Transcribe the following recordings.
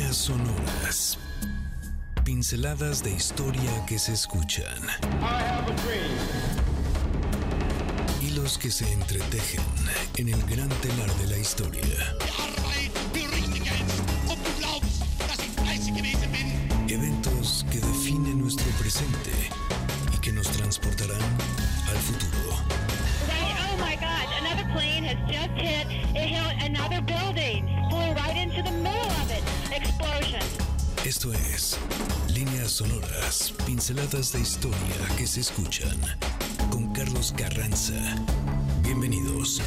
Líneas sonoras. Pinceladas de historia que se escuchan. Hilos que se entretejen en el gran telar de la historia. Eventos que definen nuestro presente y que nos transportarán al futuro. Oh my God, another plane has just hit another building. Flew right into the middle of it. Explosion. Esto es Líneas sonoras, pinceladas de historia que se escuchan, con Carlos Carranza. Bienvenidos.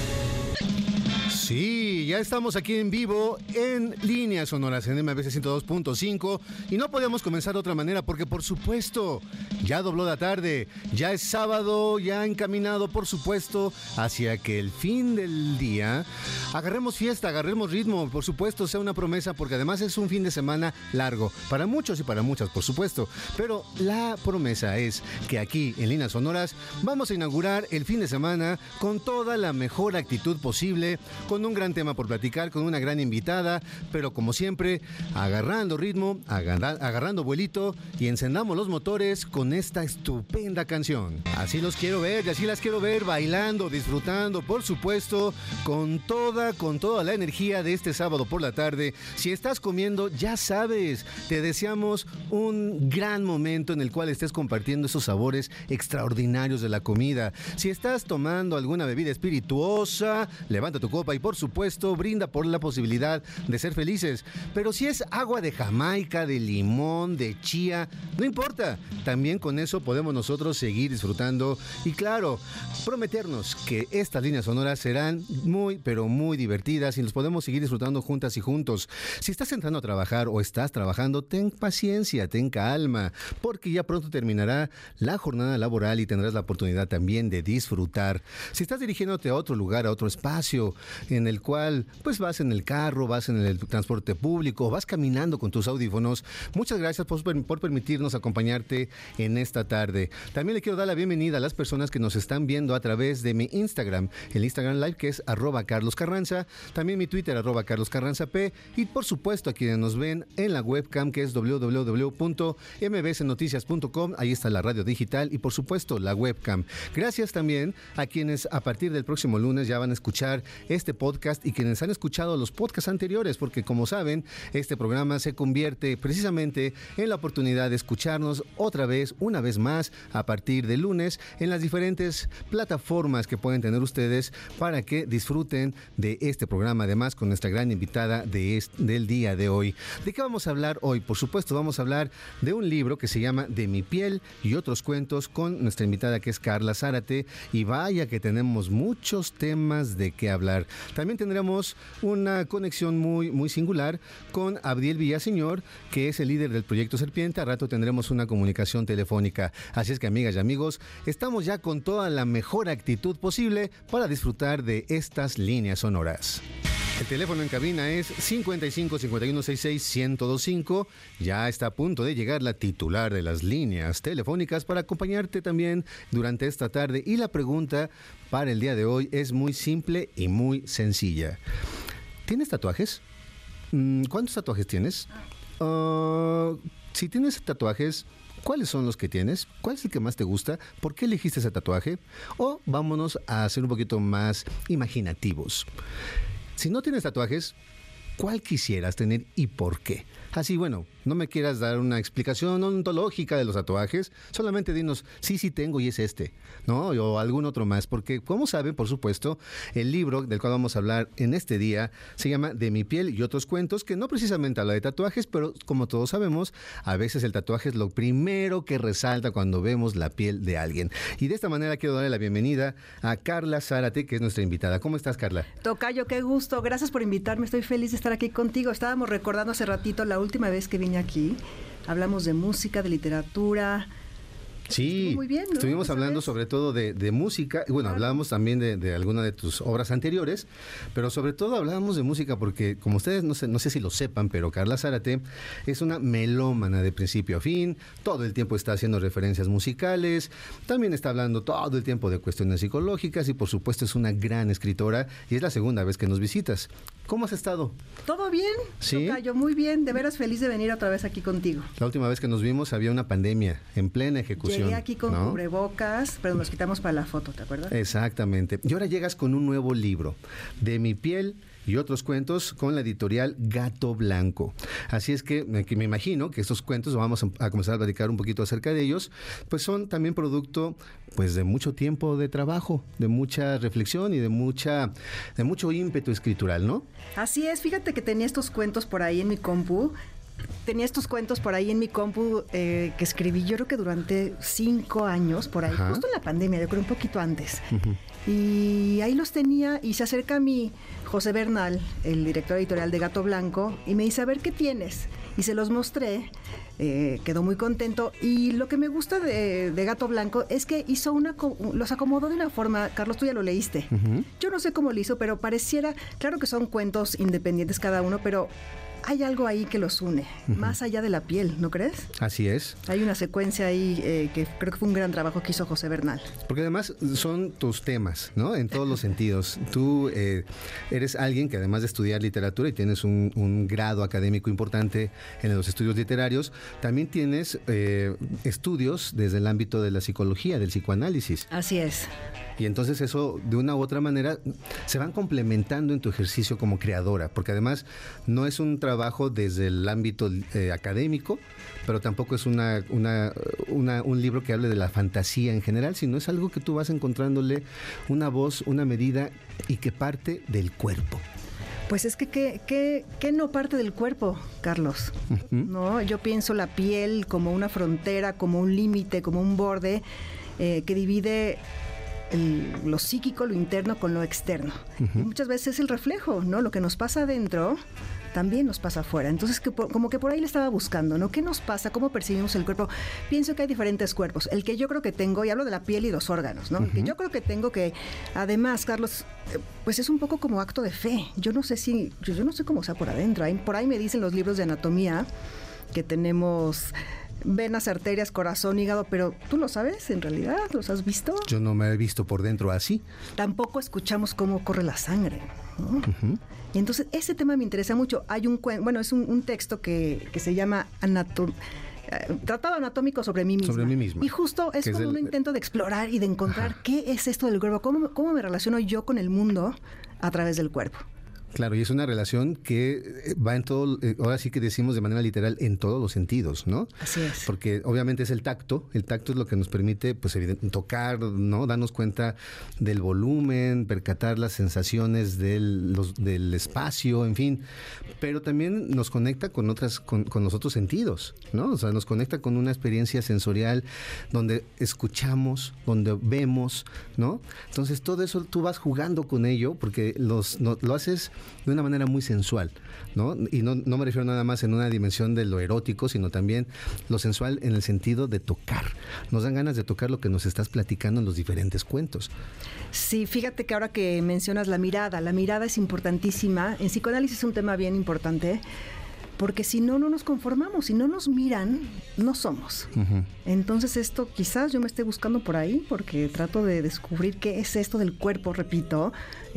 Sí, ya estamos aquí en vivo en Líneas sonoras en MBC 102.5 y no podíamos comenzar de otra manera porque por supuesto ya dobló la tarde, ya es sábado, ya encaminado por supuesto hacia que el fin del día agarremos fiesta, agarremos ritmo, por supuesto sea una promesa porque además es un fin de semana largo, para muchos y para muchas por supuesto, pero la promesa es que aquí en Líneas sonoras vamos a inaugurar el fin de semana con toda la mejor actitud posible, con un gran tema por platicar, con una gran invitada, pero como siempre, agarrando ritmo, agarrando vuelito y encendamos los motores con esta estupenda canción. Así los quiero ver y así las quiero ver bailando, disfrutando, por supuesto, con toda la energía de este sábado por la tarde. Si estás comiendo, ya sabes, te deseamos un gran momento en el cual estés compartiendo esos sabores extraordinarios de la comida. Si estás tomando alguna bebida espirituosa, levanta tu copa y por supuesto brinda por la posibilidad de ser felices. Pero si es agua de Jamaica, de limón, de chía, no importa. También con eso podemos nosotros seguir disfrutando y claro, prometernos que estas líneas sonoras serán muy, pero muy divertidas y nos podemos seguir disfrutando juntas y juntos. Si estás entrando a trabajar o estás trabajando, ten paciencia, ten calma, porque ya pronto terminará la jornada laboral y tendrás la oportunidad también de disfrutar. Si estás dirigiéndote a otro lugar, a otro espacio, en el cual pues vas en el carro, vas en el transporte público, vas caminando con tus audífonos, muchas gracias por permitirnos acompañarte en esta tarde. También le quiero dar la bienvenida a las personas que nos están viendo a través de mi Instagram, el Instagram Live que es @CarlosCarranza, también mi Twitter @CarlosCarranzaP y por supuesto a quienes nos ven en la webcam que es www.mbcnoticias.com, ahí está la radio digital y por supuesto la webcam. Gracias también a quienes a partir del próximo lunes ya van a escuchar este podcast y quienes han escuchado los podcasts anteriores, porque como saben, este programa se convierte precisamente en la oportunidad de escucharnos otra vez, una vez más, a partir de lunes, en las diferentes plataformas que pueden tener ustedes para que disfruten de este programa, además con nuestra gran invitada del día de hoy. ¿De qué vamos a hablar hoy? Por supuesto, vamos a hablar de un libro que se llama De mi piel y otros cuentos con nuestra invitada que es Carla Zárate, y vaya que tenemos muchos temas de qué hablar. También tendremos una conexión muy, muy singular con Abdiel Villaseñor, que es el líder del Proyecto Serpiente. A rato tendremos una comunicación telefónica. Así es que, amigas y amigos, estamos ya con toda la mejor actitud posible para disfrutar de estas líneas sonoras. El teléfono en cabina es 55 51 66 1025. Ya está a punto de llegar la titular de las líneas telefónicas para acompañarte también durante esta tarde. Y la pregunta para el día de hoy es muy simple y muy sencilla. ¿Tienes tatuajes? ¿Cuántos tatuajes tienes? Si tienes tatuajes, ¿cuáles son los que tienes? ¿Cuál es el que más te gusta? ¿Por qué elegiste ese tatuaje? O vámonos a ser un poquito más imaginativos. Si no tienes tatuajes, ¿cuál quisieras tener y por qué? Así, bueno, no me quieras dar una explicación ontológica de los tatuajes, solamente dinos, sí tengo y es este, ¿no? O algún otro más, porque como saben, por supuesto, el libro del cual vamos a hablar en este día se llama De mi piel y otros cuentos, que no precisamente habla de tatuajes, pero como todos sabemos, a veces el tatuaje es lo primero que resalta cuando vemos la piel de alguien. Y de esta manera quiero darle la bienvenida a Carla Zárate, que es nuestra invitada. ¿Cómo estás, Carla? Tocayo, qué gusto, gracias por invitarme, estoy feliz de estar aquí contigo. Estábamos recordando hace ratito la última vez que vine aquí, hablamos de música, de literatura. Sí, muy bien, ¿no? Estuvimos hablando sobre todo de música, y bueno, hablábamos también de alguna de tus obras anteriores, pero sobre todo hablábamos de música porque, como ustedes no sé si lo sepan, pero Carla Zárate es una melómana de principio a fin, todo el tiempo está haciendo referencias musicales, también está hablando todo el tiempo de cuestiones psicológicas y por supuesto es una gran escritora y es la segunda vez que nos visitas. ¿Cómo has estado? ¿Todo bien? Sí. Tocayo, muy bien. De veras feliz de venir otra vez aquí contigo. La última vez que nos vimos había una pandemia en plena ejecución. Llegué aquí con cubrebocas, pero nos quitamos para la foto, ¿te acuerdas? Exactamente. Y ahora llegas con un nuevo libro, De mi piel y otros cuentos, con la editorial Gato Blanco. Así es que me imagino que estos cuentos, vamos a comenzar a platicar un poquito acerca de ellos, pues son también producto pues de mucho tiempo de trabajo, de mucha reflexión y de mucho ímpetu escritural, ¿no? Así es, fíjate que tenía estos cuentos por ahí en mi compu. Que escribí yo creo que durante 5 años, por ahí, Ajá. justo en la pandemia, yo creo un poquito antes. Y ahí los tenía y se acerca a mí José Bernal, el director editorial de Gato Blanco, y me dice, a ver, ¿qué tienes? Y se los mostré, quedó muy contento. Y lo que me gusta de Gato Blanco es que los acomodó de una forma, Carlos, tú ya lo leíste. Yo no sé cómo lo hizo, pero pareciera, claro que son cuentos independientes cada uno, pero hay algo ahí que los une, más allá de la piel, ¿no crees? Así es. Hay una secuencia ahí que creo que fue un gran trabajo que hizo José Bernal. Porque además son tus temas, ¿no? En todos los sentidos. Tú eres alguien que además de estudiar literatura y tienes un grado académico importante en los estudios literarios, también tienes estudios desde el ámbito de la psicología, del psicoanálisis. Así es. Y entonces eso, de una u otra manera, se van complementando en tu ejercicio como creadora, porque además no es un trabajo desde el ámbito académico, pero tampoco es un libro que hable de la fantasía en general, sino es algo que tú vas encontrándole una voz, una medida y que parte del cuerpo. Pues es que no parte del cuerpo, Carlos. No, yo pienso la piel como una frontera, como un límite, como un borde que divide lo psíquico, lo interno con lo externo. Y muchas veces es el reflejo, ¿no? Lo que nos pasa adentro también nos pasa afuera. Entonces, como que por ahí le estaba buscando, ¿no? ¿Qué nos pasa? ¿Cómo percibimos el cuerpo? Pienso que hay diferentes cuerpos. El que yo creo que tengo, y hablo de la piel y los órganos, ¿no? El que yo creo que tengo, que además, Carlos, pues es un poco como acto de fe. Yo no sé cómo sea por adentro. Por ahí me dicen los libros de anatomía que tenemos venas, arterias, corazón, hígado, pero ¿tú lo sabes en realidad? ¿Los has visto? Yo no me he visto por dentro así. Tampoco escuchamos cómo corre la sangre, ¿no? Y entonces ese tema me interesa mucho. Hay es un texto que se llama Tratado Anatómico sobre mí misma. Sobre mí misma. Y justo es como un intento de explorar y de encontrar qué es esto del cuerpo, cómo me relaciono yo con el mundo a través del cuerpo. Claro, y es una relación que va en todo, ahora sí que decimos de manera literal, en todos los sentidos, ¿no? Así es. Porque obviamente es el tacto es lo que nos permite, pues, tocar, ¿no? Darnos cuenta del volumen, percatar las sensaciones del espacio, en fin. Pero también nos conecta con los otros sentidos, ¿no? O sea, nos conecta con una experiencia sensorial donde escuchamos, donde vemos, ¿no? Entonces todo eso tú vas jugando con ello porque lo haces de una manera muy sensual, ¿no? Y no me refiero nada más en una dimensión de lo erótico, sino también lo sensual en el sentido de tocar. Nos dan ganas de tocar lo que nos estás platicando en los diferentes cuentos. Sí, fíjate que ahora que mencionas la mirada es importantísima. En psicoanálisis es un tema bien importante, porque si no nos conformamos, si no nos miran, no somos. Entonces esto quizás yo me esté buscando por ahí, porque trato de descubrir qué es esto del cuerpo, repito.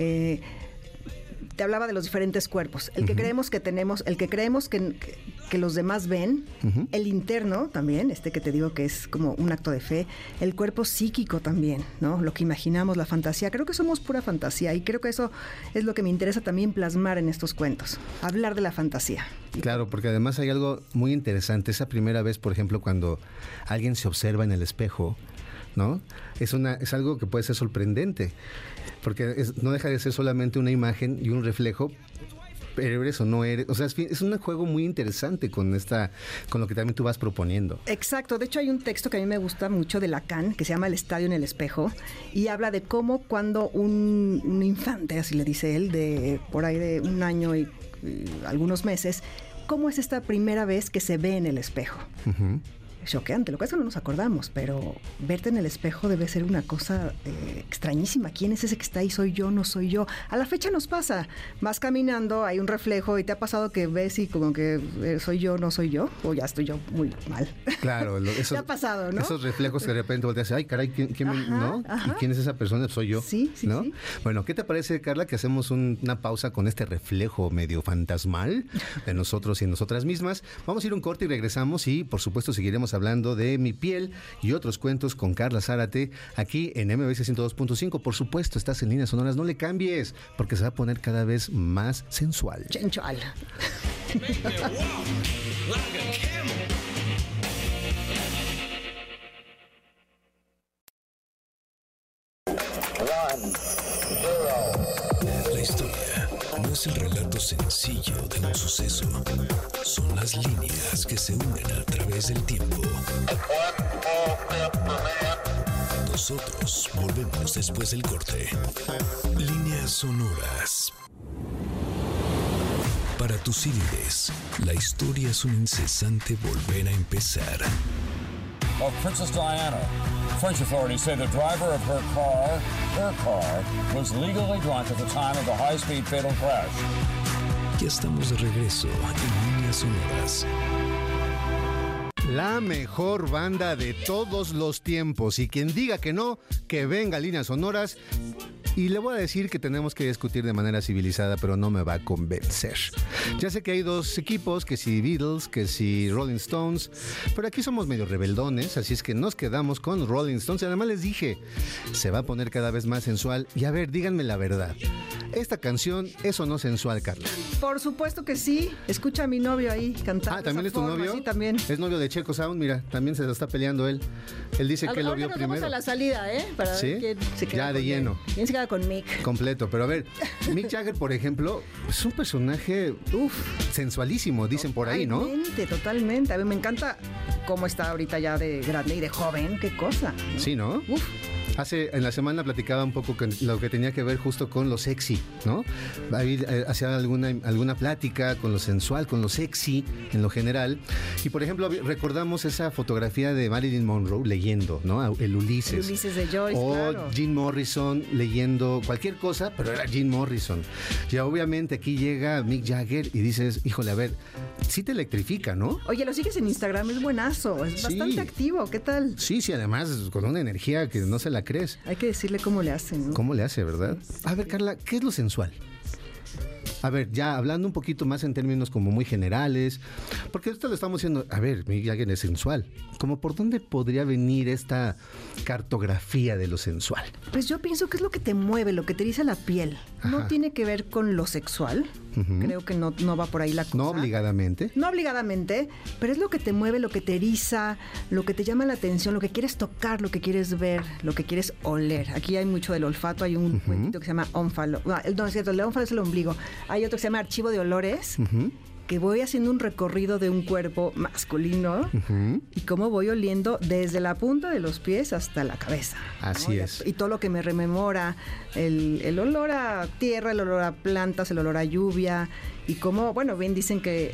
Te hablaba de los diferentes cuerpos. El que creemos que tenemos, el que creemos que los demás ven, el interno también, que te digo que es como un acto de fe, el cuerpo psíquico también, ¿no? Lo que imaginamos, la fantasía. Creo que somos pura fantasía y creo que eso es lo que me interesa también plasmar en estos cuentos, hablar de la fantasía. Claro, porque además hay algo muy interesante. Esa primera vez, por ejemplo, cuando alguien se observa en el espejo, ¿no? Es algo que puede ser sorprendente, porque no deja de ser solamente una imagen y un reflejo, pero eres o no eres, o sea, es un juego muy interesante con lo que también tú vas proponiendo. Exacto, de hecho hay un texto que a mí me gusta mucho de Lacan, que se llama El estadio en el espejo, y habla de cómo cuando un infante, así le dice él, de por ahí de 1 año y algunos meses, cómo es esta primera vez que se ve en el espejo. choqueante. Lo que es que no nos acordamos, pero verte en el espejo debe ser una cosa extrañísima. ¿Quién es ese que está ahí? ¿Soy yo? ¿No soy yo? A la fecha nos pasa. Vas caminando, hay un reflejo y te ha pasado que ves y como que ¿soy yo? ¿No soy yo? O ya estoy yo muy mal. Claro. Te ha pasado, ¿no? Esos reflejos que de repente volteas, ay, caray, ¿quién ¿no? ¿Y quién es esa persona? Soy yo. Sí, ¿no? Sí. Bueno, ¿qué te parece, Carla, que hacemos una pausa con este reflejo medio fantasmal de nosotros y nosotras mismas? Vamos a ir a un corte y regresamos y, por supuesto, seguiremos hablando de Mi piel y otros cuentos con Carla Zárate aquí en MBS 102.5. Por supuesto, estás en Líneas Sonoras, no le cambies, porque se va a poner cada vez más sensual. Sensual. La historia no es el relato sencillo de un suceso. Son las líneas que se unen a través del tiempo. Nosotros volvemos después del corte. Líneas sonoras. Para tus CDs, la historia es un incesante volver a empezar. Of Princess Diana. French authorities say the driver of her car, was legally drunk at the time of the high-speed fatal crash. Ya estamos de regreso en Líneas Sonoras. La mejor banda de todos los tiempos. Y quien diga que no, que venga a Líneas Sonoras. Y le voy a decir que tenemos que discutir de manera civilizada, pero no me va a convencer. Ya sé que hay dos equipos, que si Beatles, que si Rolling Stones, pero aquí somos medio rebeldones, así es que nos quedamos con Rolling Stones. Y además les dije, se va a poner cada vez más sensual. Y a ver, díganme la verdad. ¿Esta canción es o no sensual, Carla? Por supuesto que sí. Escucha a mi novio ahí cantando. Ah, ¿también es tu novio? Sí, también. Es novio de Checo Sound, mira, también se lo está peleando él. Él dice que lo vio primero. Vamos a la salida, ¿eh? Para ¿Sí? ver quién se queda ya de lleno. ¿Quién se queda con Mick? Completo, pero a ver, Mick Jagger, por ejemplo, es un personaje sensualísimo, dicen por ahí, ¿no? Totalmente. A mí me encanta cómo está ahorita ya de grande y de joven. Qué cosa, ¿no? Sí, ¿no? Uf. En la semana platicaba un poco con lo que tenía que ver justo con lo sexy, ¿no? Ahí hacía alguna plática con lo sensual, con lo sexy en lo general. Y por ejemplo, recordamos esa fotografía de Marilyn Monroe leyendo, ¿no? El Ulises. El Ulises de Joyce, o claro. Jim Morrison leyendo cualquier cosa, pero era Jim Morrison. Ya obviamente aquí llega Mick Jagger y dices, híjole, a ver, sí te electrifica, ¿no? Oye, lo sigues en Instagram, es buenazo, es bastante activo, ¿qué tal? Sí, además con una energía que no se la crees. Hay que decirle cómo le hacen, ¿no? ¿Cómo le hace, verdad? A ver, Carla, ¿qué es lo sensual? A ver, ya hablando un poquito más en términos como muy generales, porque esto lo estamos diciendo, a ver, Mick Jagger es sensual. ¿Cómo por dónde podría venir esta cartografía de lo sensual? Pues yo pienso que es lo que te mueve, lo que te eriza la piel. Ajá. No tiene que ver con lo sexual. Uh-huh. Creo que no va por ahí la cosa. No obligadamente. No obligadamente, pero es lo que te mueve, lo que te eriza, lo que te llama la atención, lo que quieres tocar, lo que quieres ver, lo que quieres oler. Aquí hay mucho del olfato, hay un cuentito que se llama ónfalo. No, es cierto, el ónfalo es el ombligo. Hay otro que se llama archivo de olores, que voy haciendo un recorrido de un cuerpo masculino y cómo voy oliendo desde la punta de los pies hasta la cabeza. Así es. Y todo lo que me rememora, el olor a tierra, el olor a plantas, el olor a lluvia, y cómo, bueno, bien dicen que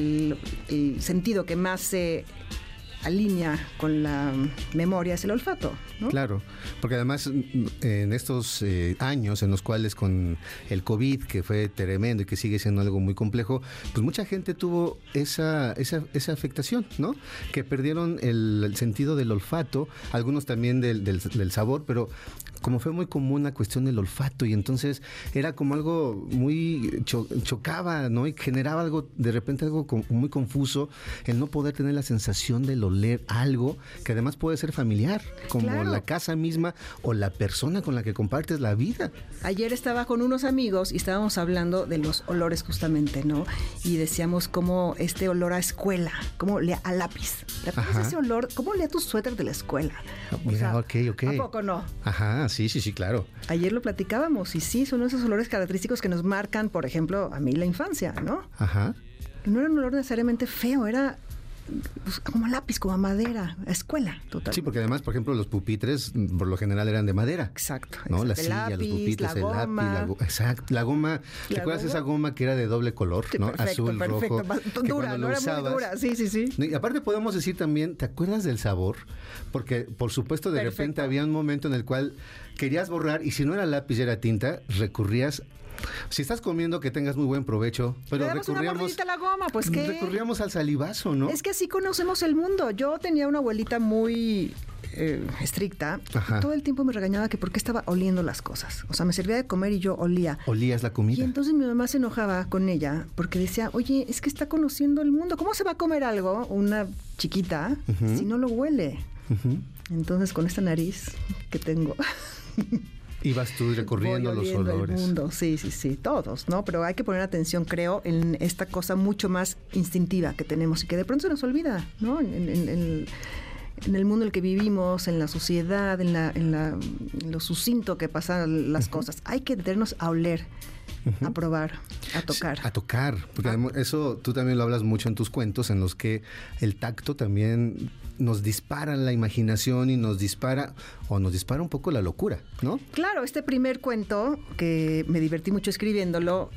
el sentido que más se alinea con la memoria es el olfato, ¿no? Claro, porque además en estos años en los cuales con el COVID, que fue tremendo y que sigue siendo algo muy complejo, pues mucha gente tuvo esa afectación, ¿no? Que perdieron el sentido del olfato, algunos también del sabor, pero como fue muy común la cuestión del olfato, y entonces era como algo muy chocaba, ¿no? Y generaba algo, de repente algo muy confuso, el no poder tener la sensación del oler algo que además puede ser familiar, como claro, la casa misma o la persona con la que compartes la vida. Ayer estaba con unos amigos y estábamos hablando de los olores justamente, ¿no? Y decíamos cómo este olor a escuela, cómo olía a lápiz. Ese olor, ¿cómo olía tu suéter de la escuela? Mira, ok. ¿A poco no? Ajá, sí, claro. Ayer lo platicábamos y sí, son esos olores característicos que nos marcan, por ejemplo, a mí la infancia, ¿no? Ajá. No era un olor necesariamente feo, era pues, como lápiz, como a madera, a escuela, total. Sí, porque además, por ejemplo, los pupitres por lo general eran de madera. Exacto. ¿No? La El silla, lápiz, los pupitres, la el lápiz, goma. exacto, la goma. ¿Te acuerdas esa goma que era de doble color? Sí, ¿no? perfecto, Azul, perfecto. rojo. Dura, no era muy dura. Sí, sí, sí. Y aparte podemos decir también, ¿te acuerdas del sabor? Porque, por supuesto, de repente había un momento en el cual querías borrar y si no era lápiz y era tinta, recurrías. Si estás comiendo, que tengas muy buen provecho, pero recurríamos a la goma, pues ¿qué? Recurríamos al salivazo, ¿no? Es que así conocemos el mundo. Yo tenía una abuelita muy estricta. Todo el tiempo me regañaba que por qué estaba oliendo las cosas. O sea, me servía de comer y yo olía. Olías la comida. Y entonces mi mamá se enojaba con ella porque decía, oye, es que está conociendo el mundo. ¿Cómo se va a comer algo, una chiquita, si no lo huele? Entonces, con esta nariz que tengo... Ibas tú recorriendo los olores. El mundo. Sí, sí, sí, todos, ¿no? Pero hay que poner atención, creo, en esta cosa mucho más instintiva que tenemos y que de pronto se nos olvida, ¿no? En el mundo en el que vivimos, en la sociedad, en lo sucinto que pasan las cosas. Hay que detenernos a oler, a probar, a tocar. Sí, a tocar, porque además eso tú también lo hablas mucho en tus cuentos, en los que el tacto también nos dispara la imaginación y nos dispara un poco la locura, ¿no? Claro, este primer cuento, que me divertí mucho escribiéndolo,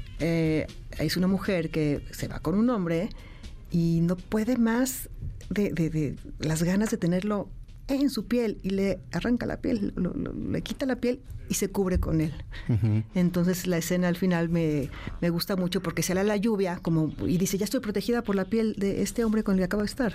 es una mujer que se va con un hombre y no puede más de las ganas de tenerlo en su piel y le arranca la piel, le quita la piel y se cubre con él. Entonces la escena al final me gusta mucho porque sale a la lluvia y dice, ya estoy protegida por la piel de este hombre con el que acabo de estar.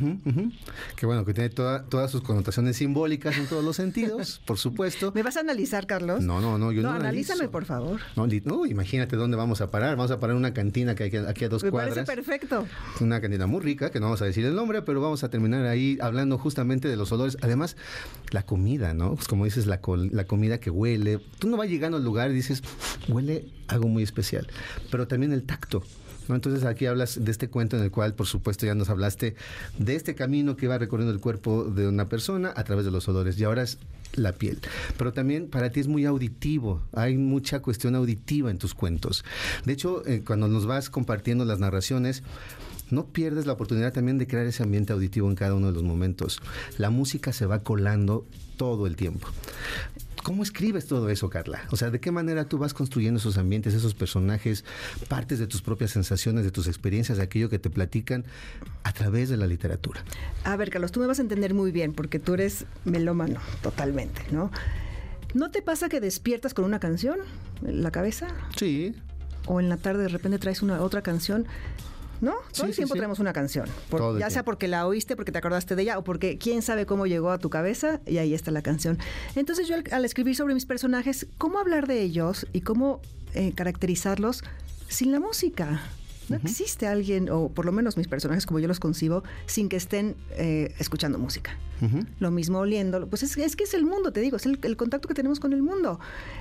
Que bueno, que tiene todas sus connotaciones simbólicas en todos los sentidos, por supuesto. ¿Me vas a analizar, Carlos? No, yo no analízame, por favor. No, imagínate dónde vamos a parar. Vamos a parar en una cantina que hay aquí a 2 cuadras. Me parece perfecto. Una cantina muy rica, que no vamos a decir el nombre, pero vamos a terminar ahí hablando justamente de los olores. Además, la comida, ¿no? Pues como dices, la comida que huele. Tú no vas llegando al lugar y dices, huele algo muy especial. Pero también el tacto, ¿no? Entonces aquí hablas de este cuento en el cual, por supuesto, ya nos hablaste de este camino que va recorriendo el cuerpo de una persona a través de los olores. Y ahora es la piel. Pero también para ti es muy auditivo. Hay mucha cuestión auditiva en tus cuentos. De hecho, cuando nos vas compartiendo las narraciones, no pierdes la oportunidad también de crear ese ambiente auditivo en cada uno de los momentos. La música se va colando todo el tiempo. ¿Cómo escribes todo eso, Carla? O sea, ¿de qué manera tú vas construyendo esos ambientes, esos personajes, partes de tus propias sensaciones, de tus experiencias, de aquello que te platican a través de la literatura? A ver, Carlos, tú me vas a entender muy bien porque tú eres melómano, totalmente, ¿no? ¿No te pasa que despiertas con una canción en la cabeza? Sí. O en la tarde de repente traes otra canción... ¿No? Todo el tiempo traemos una canción. Ya sea porque la oíste, porque te acordaste de ella, o porque quién sabe cómo llegó a tu cabeza y ahí está la canción. Entonces yo al escribir sobre mis personajes, ¿cómo hablar de ellos y cómo caracterizarlos sin la música? No existe alguien, o por lo menos mis personajes como yo los concibo, sin que estén escuchando música. Lo mismo oliéndolo. Pues es que es el mundo, te digo, es el contacto que tenemos con el mundo.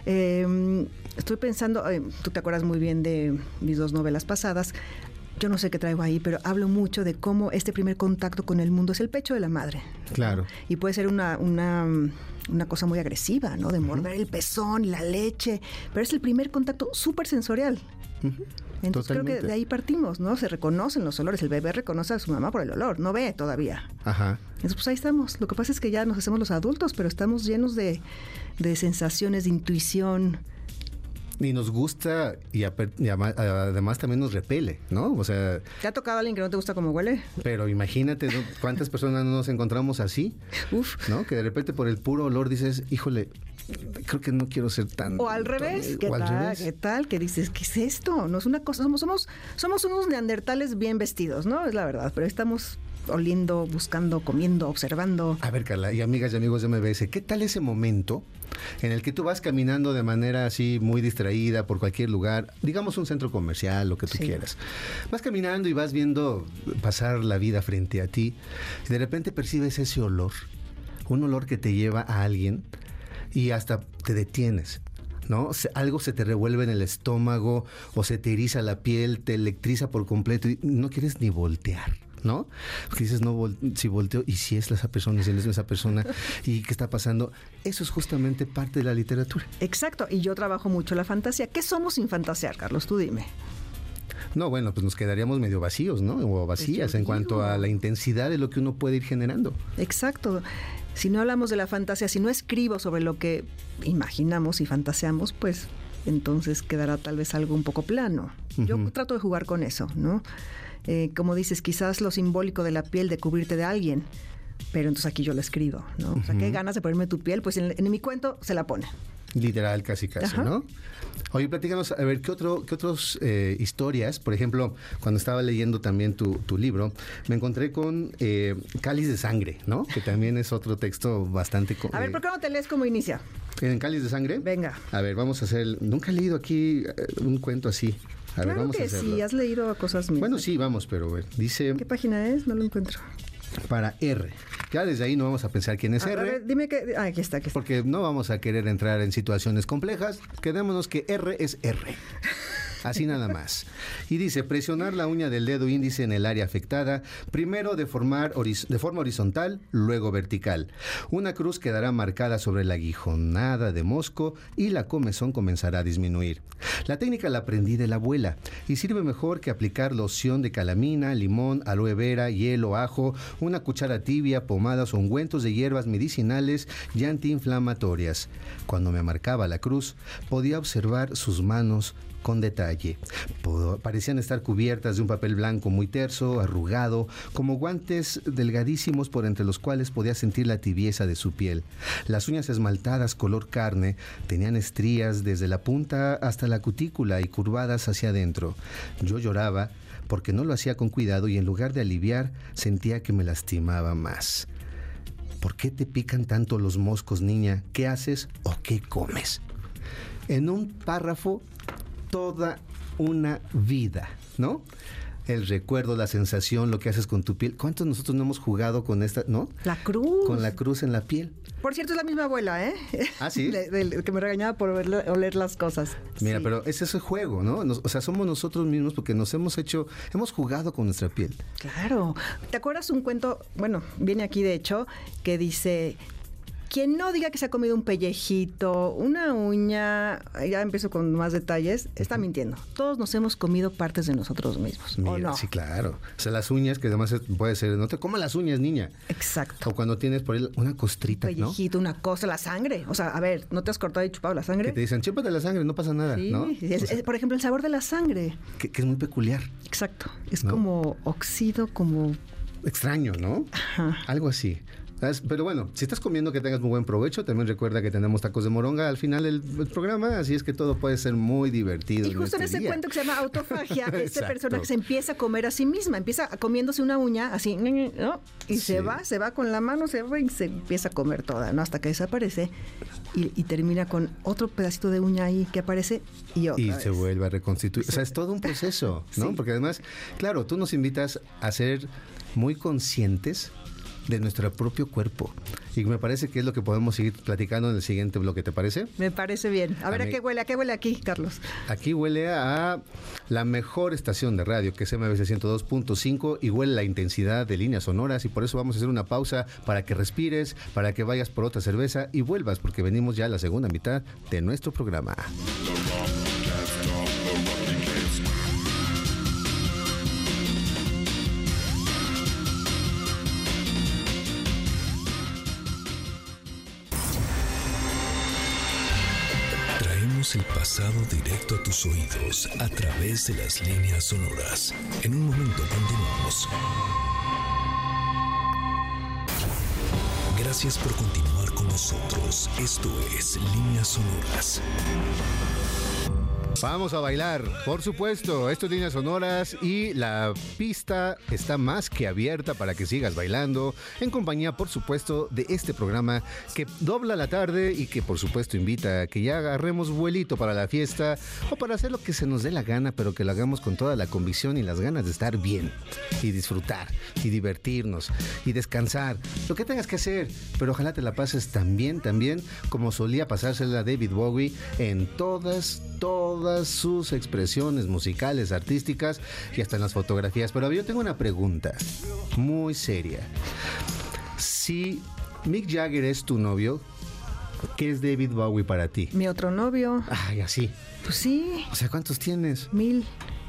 Estoy pensando, tú te acuerdas muy bien de mis 2 novelas pasadas. Yo no sé qué traigo ahí, pero hablo mucho de cómo este primer contacto con el mundo es el pecho de la madre. Claro. Y puede ser una cosa muy agresiva, ¿no? De morder el pezón y la leche, pero es el primer contacto súper sensorial. Entonces Totalmente. creo que de ahí partimos, ¿no? Se reconocen los olores. El bebé reconoce a su mamá por el olor, no ve todavía. Entonces pues ahí estamos. Lo que pasa es que ya nos hacemos los adultos, pero estamos llenos de sensaciones, de intuición. Y nos gusta y además también nos repele, ¿no? O sea... ¿Te ha tocado a alguien que no te gusta cómo huele? Pero imagínate, ¿no? ¿Cuántas personas nos encontramos así? ¿No? Que de repente por el puro olor dices, híjole, creo que no quiero ser tan... O al revés. ¿Qué tal? Que dices, ¿qué es esto? No es una cosa, somos unos neandertales bien vestidos, ¿no? Es la verdad, pero estamos oliendo, buscando, comiendo, observando. A ver, Carla, y amigas y amigos de MBS, ¿qué tal ese momento en el que tú vas caminando de manera así muy distraída por cualquier lugar, digamos un centro comercial, lo que tú quieras? Vas caminando y vas viendo pasar la vida frente a ti y de repente percibes ese olor, un olor que te lleva a alguien y hasta te detienes, ¿no? Algo se te revuelve en el estómago o se te eriza la piel, te electriza por completo y no quieres ni voltear, ¿no? Porque dices, si volteo, y si es esa persona, y si no es esa persona, y qué está pasando. Eso es justamente parte de la literatura. Exacto, y yo trabajo mucho la fantasía. ¿Qué somos sin fantasear, Carlos? Tú dime. No, bueno, pues nos quedaríamos medio vacíos, ¿no? O vacías en cuanto a la intensidad de lo que uno puede ir generando. Exacto. Si no hablamos de la fantasía, si no escribo sobre lo que imaginamos y fantaseamos, pues entonces quedará tal vez algo un poco plano. Yo trato de jugar con eso, ¿no? Como dices, quizás lo simbólico de la piel, de cubrirte de alguien, pero entonces aquí yo lo escribo, ¿no? O sea, qué ganas de ponerme tu piel, pues en mi cuento se la pone. Literal, casi, Ajá. ¿no? Oye, platícanos, a ver, ¿qué otros historias? Por ejemplo, cuando estaba leyendo también tu libro, me encontré con Cáliz de Sangre, ¿no? Que también es otro texto bastante... A ver, ¿por qué no te lees cómo inicia? ¿En Cáliz de Sangre? Venga. A ver, vamos a hacer... Nunca he leído aquí un cuento así. A ver, Claro vamos a que hacerlo. sí, has leído cosas mías. Bueno, sí, vamos, pero a ver, dice... ¿Qué página es? No lo encuentro. Para R. Ya desde ahí no vamos a pensar quién es A R. ver, dime que... Aquí está. Porque no vamos a querer entrar en situaciones complejas. Quedémonos que R es R. Así nada más. Y dice, presionar la uña del dedo índice en el área afectada, primero de forma horizontal, luego vertical. Una cruz quedará marcada sobre la aguijonada de mosco y la comezón comenzará a disminuir. La técnica la aprendí de la abuela y sirve mejor que aplicar loción de calamina, limón, aloe vera, hielo, ajo, una cuchara tibia, pomadas o ungüentos de hierbas medicinales y antiinflamatorias. Cuando me marcaba la cruz, podía observar sus manos con detalle. Parecían estar cubiertas de un papel blanco muy terso, arrugado, como guantes delgadísimos por entre los cuales podía sentir la tibieza de su piel. Las uñas esmaltadas color carne tenían estrías desde la punta hasta la cutícula y curvadas hacia adentro. Yo lloraba porque no lo hacía con cuidado y en lugar de aliviar sentía que me lastimaba más. ¿Por qué te pican tanto los moscos, niña? ¿Qué haces o qué comes? En un párrafo, toda una vida, ¿no? El recuerdo, la sensación, lo que haces con tu piel. ¿Cuántos de nosotros no hemos jugado con esta, no? La cruz. Con la cruz en la piel. Por cierto, es la misma abuela, ¿eh? Ah, ¿sí? Que me regañaba por oler las cosas. Mira, Sí. pero es ese juego, ¿no? O sea, somos nosotros mismos porque hemos jugado con nuestra piel. Claro. ¿Te acuerdas un cuento? Bueno, viene aquí de hecho, que dice... Quien no diga que se ha comido un pellejito, una uña, ya empiezo con más detalles, está mintiendo. Todos nos hemos comido partes de nosotros mismos, ¿o Mira, no? sí, claro. O sea, las uñas, que además puede ser, no te comas las uñas, niña. Exacto. O cuando tienes por ahí una costrita, Un ¿no? pellejito, una cosa, la sangre. O sea, a ver, ¿no te has cortado y chupado la sangre? Que te dicen, chúpate la sangre, no pasa nada, Sí, ¿no? por ejemplo, el sabor de la sangre. Que es muy peculiar. Exacto. Es ¿No? como óxido, como... Extraño, ¿no? Ajá. Algo así. ¿Sabes? Pero bueno, si estás comiendo, que tengas muy buen provecho. También recuerda que tenemos tacos de moronga al final del programa, así es que todo puede ser muy divertido. Y justo en ese día. cuento que se llama autofagia, este Exacto. personaje se empieza a comer a sí misma, empieza comiéndose una uña, así, ¿no? Y Sí. se va con la mano, se va y se empieza a comer toda, ¿no? Hasta que desaparece y termina con otro pedacito de uña ahí que aparece y otra Y vez. se vuelve a reconstituir. O sea, es todo un proceso, ¿no? Sí. Porque además, claro, tú nos invitas a ser muy conscientes de nuestro propio cuerpo. Y me parece que es lo que podemos seguir platicando en el siguiente bloque, ¿te parece? Me parece bien. A ver, A mí- ¿a qué huele aquí, Carlos? Aquí huele a la mejor estación de radio, que es MBC 102.5, y huele la intensidad de líneas sonoras, y por eso vamos a hacer una pausa para que respires, para que vayas por otra cerveza y vuelvas, porque venimos ya a la segunda mitad de nuestro programa. Traemos el pasado directo a tus oídos a través de las líneas sonoras. En un momento continuamos. Gracias por continuar con nosotros. Esto es Líneas Sonoras. Vamos a bailar, por supuesto. Esto es Líneas Sonoras y la pista está más que abierta para que sigas bailando en compañía, por supuesto, de este programa que dobla la tarde y que, por supuesto, invita a que ya agarremos vuelito para la fiesta o para hacer lo que se nos dé la gana, pero que lo hagamos con toda la convicción y las ganas de estar bien y disfrutar y divertirnos y descansar. Lo que tengas que hacer, pero ojalá te la pases tan bien como solía pasársela David Bowie en todas sus expresiones musicales, artísticas y hasta en las fotografías. Pero yo tengo una pregunta muy seria. Si Mick Jagger es tu novio, ¿qué es David Bowie para ti? Mi otro novio. Ay, así. Pues sí, O sea, ¿cuántos tienes? 1000.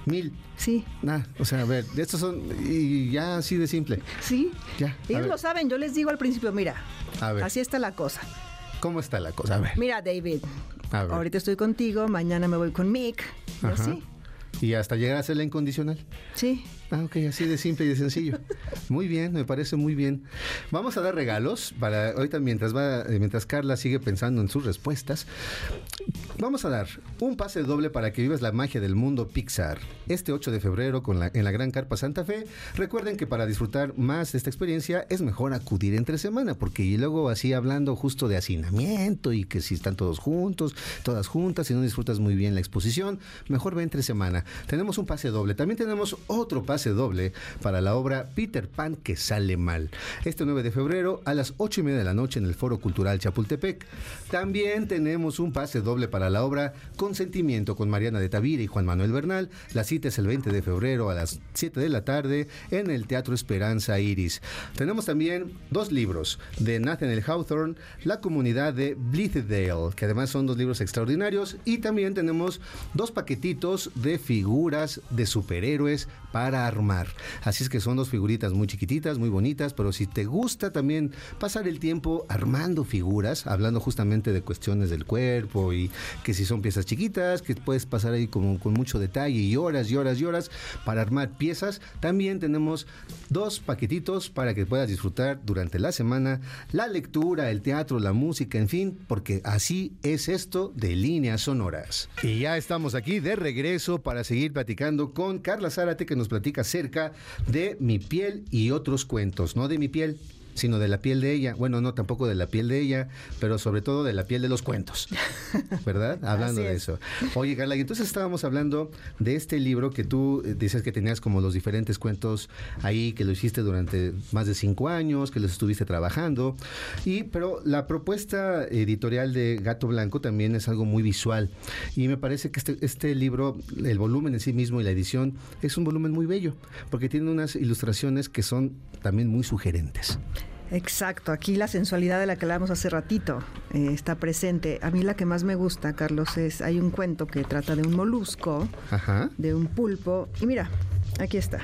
1000. Sí. O sea, a ver, estos son, y ya así de simple. Sí. Ya. Ellos lo saben, yo les digo al principio, mira, A ver. así está la cosa. ¿Cómo está la cosa? A ver. Mira, David, A ver. ahorita estoy contigo, mañana me voy con Mick. Y Ajá. así. Y hasta llegar a ser la incondicional. Sí. Ok, así de simple y de sencillo. Muy bien, me parece muy bien. Vamos a dar regalos para ahorita mientras Carla sigue pensando en sus respuestas. Vamos a dar un pase doble para que vivas la magia del mundo Pixar. Este 8 de febrero en la Gran Carpa Santa Fe. Recuerden que para disfrutar más de esta experiencia es mejor acudir entre semana, porque y luego así hablando justo de hacinamiento y que si están todos juntos, todas juntas, y no disfrutas muy bien la exposición, mejor ve entre semana. Tenemos un pase doble. También tenemos otro pase doble para la obra Peter Pan que sale mal. Este 9 de febrero a las 8:30 de la noche en el Foro Cultural Chapultepec. También tenemos un pase doble para la obra Consentimiento con Mariana de Tavira y Juan Manuel Bernal. La cita es el 20 de febrero a las 7 de la tarde en el Teatro Esperanza Iris. Tenemos también 2 libros de Nathaniel Hawthorne, La comunidad de Blithedale, que además son 2 libros extraordinarios, y también tenemos 2 paquetitos de figuras de superhéroes para armar. Así es que son 2 figuritas muy chiquititas, muy bonitas, pero si te gusta también pasar el tiempo armando figuras, hablando justamente de cuestiones del cuerpo y que si son piezas chiquitas, que puedes pasar ahí con mucho detalle y horas y horas y horas para armar piezas, también tenemos 2 paquetitos para que puedas disfrutar durante la semana la lectura, el teatro, la música, en fin, porque así es esto de Líneas Sonoras. Y ya estamos aquí de regreso para seguir platicando con Carla Zárate, que nos platica acerca de Mi piel y otros cuentos, no de mi piel, sino de la piel de ella. Bueno, no, tampoco de la piel de ella, pero sobre todo de la piel de los cuentos, ¿verdad? Hablando de eso. Oye, Carla, y entonces estábamos hablando de este libro que tú dices que tenías como los diferentes cuentos ahí, que lo hiciste durante más de 5 años, que los estuviste trabajando, pero la propuesta editorial de Gato Blanco también es algo muy visual, y me parece que este libro, el volumen en sí mismo y la edición, es un volumen muy bello, porque tiene unas ilustraciones que son también muy sugerentes. Exacto, aquí la sensualidad de la que hablábamos hace ratito está presente. A mí la que más me gusta, Carlos, hay un cuento que trata de un molusco, Ajá. de un pulpo, y mira, aquí está.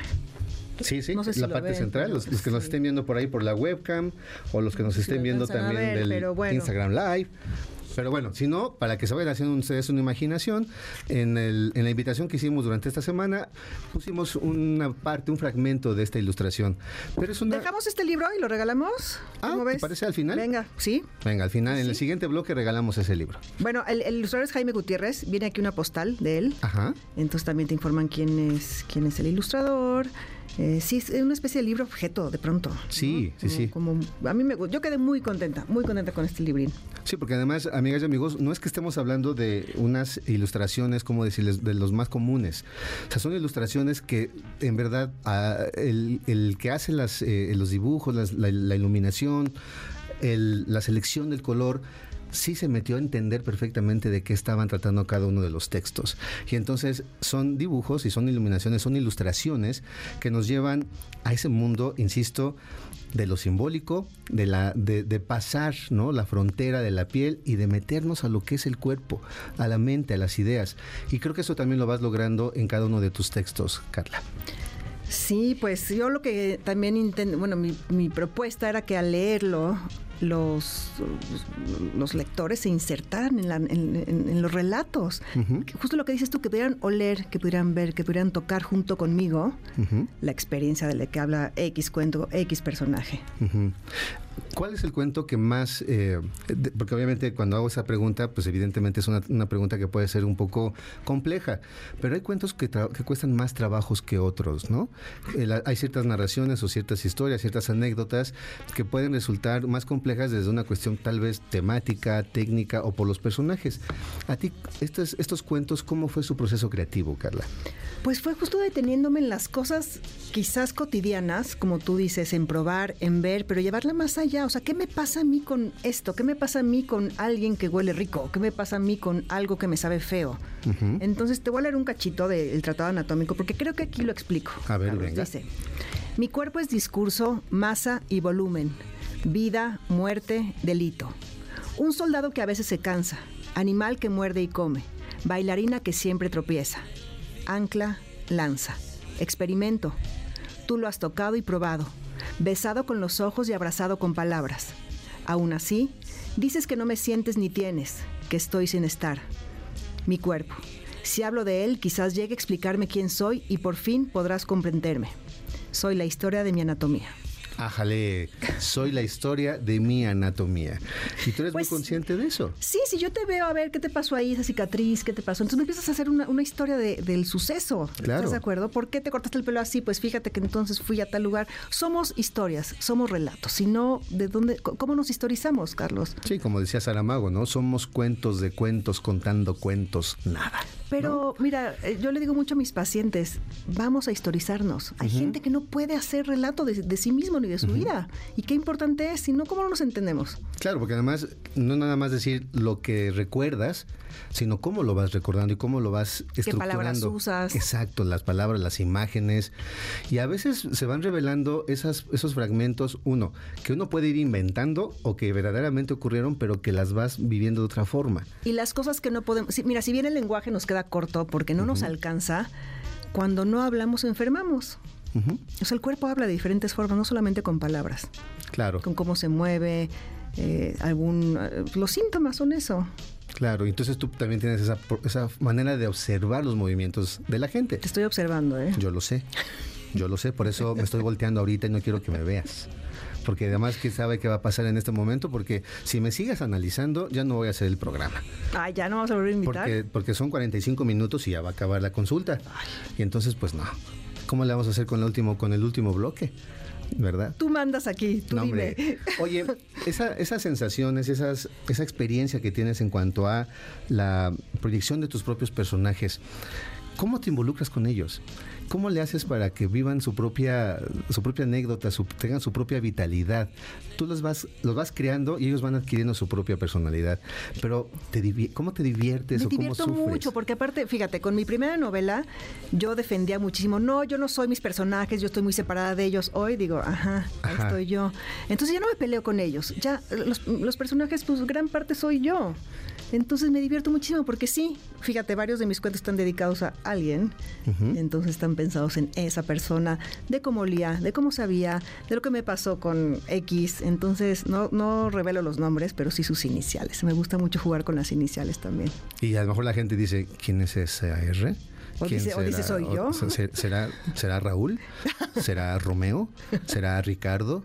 Sí, No sé si la lo parte ven, central, los que nos estén viendo por ahí por la webcam, o los que nos estén viendo también del Instagram Live. Pero bueno, si no, para que se vayan haciendo ustedes una imaginación, en la invitación que hicimos durante esta semana, pusimos un fragmento de esta ilustración. Pero es ¿Dejamos este libro y lo regalamos? ¿Cómo ves? ¿Te parece al final? Venga, ¿sí? Venga, al final, ¿Sí? En el siguiente bloque regalamos ese libro. Bueno, el ilustrador es Jaime Gutiérrez, viene aquí una postal de él. Ajá. Entonces también te informan quién es el ilustrador. Sí, es una especie de libro objeto, de pronto. Sí, ¿no? sí. A mí yo quedé muy contenta con este librín. Sí, porque además, amigas y amigos, no es que estemos hablando de unas ilustraciones, como decirles, de los más comunes. O sea, son ilustraciones que, en verdad, el que hace los dibujos, la iluminación, la selección del color, sí se metió a entender perfectamente de qué estaban tratando cada uno de los textos. Y entonces son dibujos y son iluminaciones, son ilustraciones que nos llevan a ese mundo, insisto, de lo simbólico, de pasar, ¿no?, la frontera de la piel y de meternos a lo que es el cuerpo, a la mente, a las ideas. Y creo que eso también lo vas logrando en cada uno de tus textos, Carla. Sí, pues yo lo que también mi propuesta era que al leerlo los lectores se insertaran en los relatos. Uh-huh. Justo lo que dices tú, que pudieran oler, que pudieran ver, que pudieran tocar junto conmigo uh-huh. la experiencia de la que habla X cuento, X personaje. Uh-huh. ¿Cuál es el cuento que más, porque obviamente cuando hago esa pregunta, pues evidentemente es una pregunta que puede ser un poco compleja, pero hay cuentos que cuestan más trabajos que otros, ¿no? Hay ciertas narraciones o ciertas historias, ciertas anécdotas que pueden resultar más complejas desde una cuestión tal vez temática, técnica o por los personajes. A ti, estos cuentos, ¿cómo fue su proceso creativo, Carla? Pues fue justo deteniéndome en las cosas quizás cotidianas, como tú dices, en probar, en ver, pero llevarla más allá. O sea, ¿qué me pasa a mí con esto? ¿Qué me pasa a mí con alguien que huele rico? ¿Qué me pasa a mí con algo que me sabe feo? Uh-huh. Entonces te voy a leer un cachito del Tratado Anatómico, porque creo que aquí lo explico. A ver, Carlos, venga. Dice: mi cuerpo es discurso, masa y volumen, vida, muerte, delito. Un soldado que a veces se cansa, animal que muerde y come, bailarina que siempre tropieza, ancla, lanza. Experimento. Tú lo has tocado y probado, besado con los ojos y abrazado con palabras. Aún así, dices que no me sientes ni tienes, que estoy sin estar. Mi cuerpo. Si hablo de él, quizás llegue a explicarme quién soy y por fin podrás comprenderme. Soy la historia de mi anatomía. Ájale, soy la historia de mi anatomía. ¿Y tú eres Pues, muy consciente de eso? Sí, yo te veo, a ver, ¿qué te pasó ahí? Esa cicatriz, ¿qué te pasó? Entonces me empiezas a hacer una historia del suceso. Claro. ¿Estás de acuerdo? ¿Por qué te cortaste el pelo así? Pues fíjate que entonces fui a tal lugar. Somos historias, somos relatos. Si no, ¿de dónde? ¿Cómo nos historizamos, Carlos? Sí, como decía Saramago, ¿no? Somos cuentos de cuentos contando cuentos, nada. Pero mira, yo le digo mucho a mis pacientes, vamos a historizarnos. Hay gente que no puede hacer relato de sí mismo ni de su vida. Y qué importante es, si no, ¿cómo no nos entendemos? Claro, porque además no nada más decir lo que recuerdas, sino cómo lo vas recordando y cómo lo vas estructurando. ¿Qué palabras usas? Exacto, las palabras, las imágenes. Y a veces se van revelando esos fragmentos, que uno puede ir inventando o que verdaderamente ocurrieron, pero que las vas viviendo de otra forma. Y las cosas que no podemos... Mira, si bien el lenguaje nos queda corto porque no nos alcanza, cuando no hablamos enfermamos. O sea, el cuerpo habla de diferentes formas, no solamente con palabras. Claro. Con cómo se mueve, los síntomas son eso. Claro, entonces tú también tienes esa manera de observar los movimientos de la gente. Te estoy observando, ¿eh? Yo lo sé, por eso me estoy volteando ahorita y no quiero que me veas. Porque además, ¿quién sabe qué va a pasar en este momento? Porque si me sigues analizando, ya no voy a hacer el programa. Ay, ya no vamos a volver a invitar. Porque son 45 minutos y ya va a acabar la consulta. Y entonces, pues no. ¿Cómo le vamos a hacer con el último bloque? ¿Verdad? Tú mandas aquí, tú dime. Hombre. Oye, esas sensaciones, esa experiencia que tienes en cuanto a la proyección de tus propios personajes, ¿cómo te involucras con ellos? ¿Cómo le haces para que vivan su propia anécdota, tengan su propia vitalidad? Tú los vas creando y ellos van adquiriendo su propia personalidad. Pero, ¿cómo te diviertes o cómo sufres? Me divierto mucho, porque aparte, fíjate, con mi primera novela yo defendía muchísimo, no, yo no soy mis personajes, yo estoy muy separada de ellos. Hoy digo, ahí estoy yo. Entonces ya no me peleo con ellos. Ya los personajes, pues gran parte soy yo. Entonces me divierto muchísimo porque sí, fíjate, varios de mis cuentos están dedicados a alguien, entonces están pensados en esa persona, de cómo olía, de cómo sabía, de lo que me pasó con X, entonces no revelo los nombres, pero sí sus iniciales. Me gusta mucho jugar con las iniciales también. Y a lo mejor la gente dice, ¿quién es esa R? O dice, ¿soy yo? ¿Será Raúl? ¿Será Romeo? ¿Será Ricardo?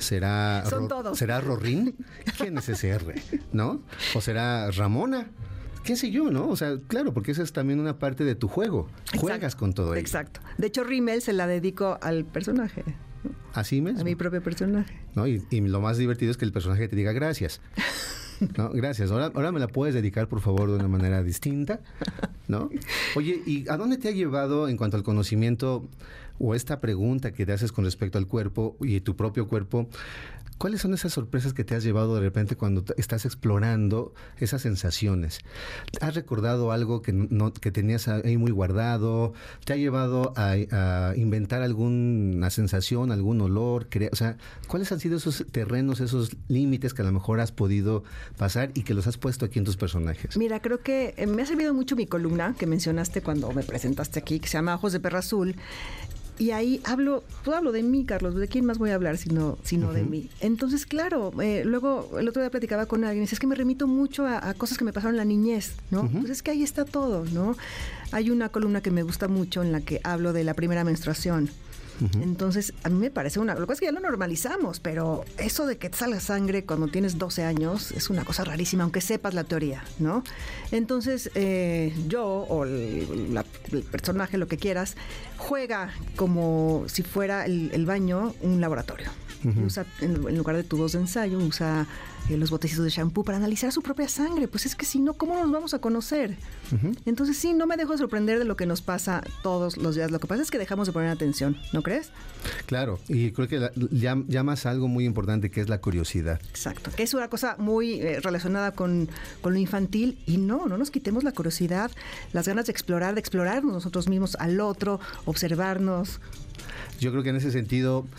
Son todos. ¿Será Rorín? ¿Quién es ese R? ¿No? ¿O será Ramona? ¿Qué sé yo, no? O sea, claro, porque esa es también una parte de tu juego. Exacto. Juegas con todo ello. Exacto. De hecho, Rimmel se la dedico al personaje. ¿Así mismo? A mi propio personaje. ¿No? Y lo más divertido es que el personaje te diga gracias. No, gracias. Ahora me la puedes dedicar, por favor, de una manera distinta, ¿no? Oye, ¿y a dónde te ha llevado en cuanto al conocimiento o esta pregunta que te haces con respecto al cuerpo y tu propio cuerpo? ¿Cuáles son esas sorpresas que te has llevado de repente cuando estás explorando esas sensaciones? ¿Has recordado algo que tenías ahí muy guardado? ¿Te ha llevado a inventar alguna sensación, algún olor? O sea, ¿cuáles han sido esos terrenos, esos límites que a lo mejor has podido pasar y que los has puesto aquí en tus personajes? Mira, creo que me ha servido mucho mi columna que mencionaste cuando me presentaste aquí, que se llama Ojos de Perra Azul. Y ahí hablo de mí, Carlos. ¿De quién más voy a hablar sino de mí? Entonces, claro, luego el otro día platicaba con alguien y decía, es que me remito mucho a cosas que me pasaron en la niñez, ¿no? Pues es que ahí está todo, ¿no? Hay una columna que me gusta mucho en la que hablo de la primera menstruación. Entonces, a mí me parece lo que pasa es que ya lo normalizamos, pero eso de que te salga sangre cuando tienes 12 años es una cosa rarísima, aunque sepas la teoría, ¿no? Entonces, yo o el personaje, lo que quieras, juega como si fuera el baño un laboratorio. Usa, en lugar de tubos de ensayo, usa los botecitos de shampoo para analizar su propia sangre. Pues es que si no, ¿cómo nos vamos a conocer? Entonces sí, no me dejo sorprender de lo que nos pasa todos los días. Lo que pasa es que dejamos de poner atención, ¿no crees? Claro, y creo que llamas a algo muy importante, que es la curiosidad. Exacto, que es una cosa muy relacionada con lo infantil, y no nos quitemos la curiosidad, las ganas de explorarnos nosotros mismos al otro, observarnos. Yo creo que en ese sentido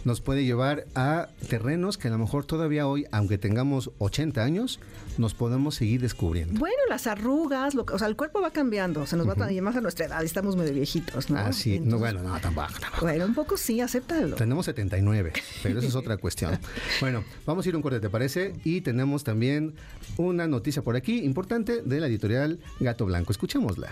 nos puede llevar a terrenos que a lo mejor todavía hoy, aunque tengamos 80 años, nos podemos seguir descubriendo. Bueno, las arrugas, o sea, el cuerpo va cambiando, se nos va y más a nuestra edad, estamos medio viejitos, ¿no? Ah, sí. Entonces, no, bueno, no, tampoco. Bueno, un poco sí, acéptalo. Tenemos 79, pero eso es otra cuestión. Bueno, vamos a ir a un corte, ¿te parece? Y tenemos también una noticia por aquí importante de la editorial Gato Blanco. Escuchémosla.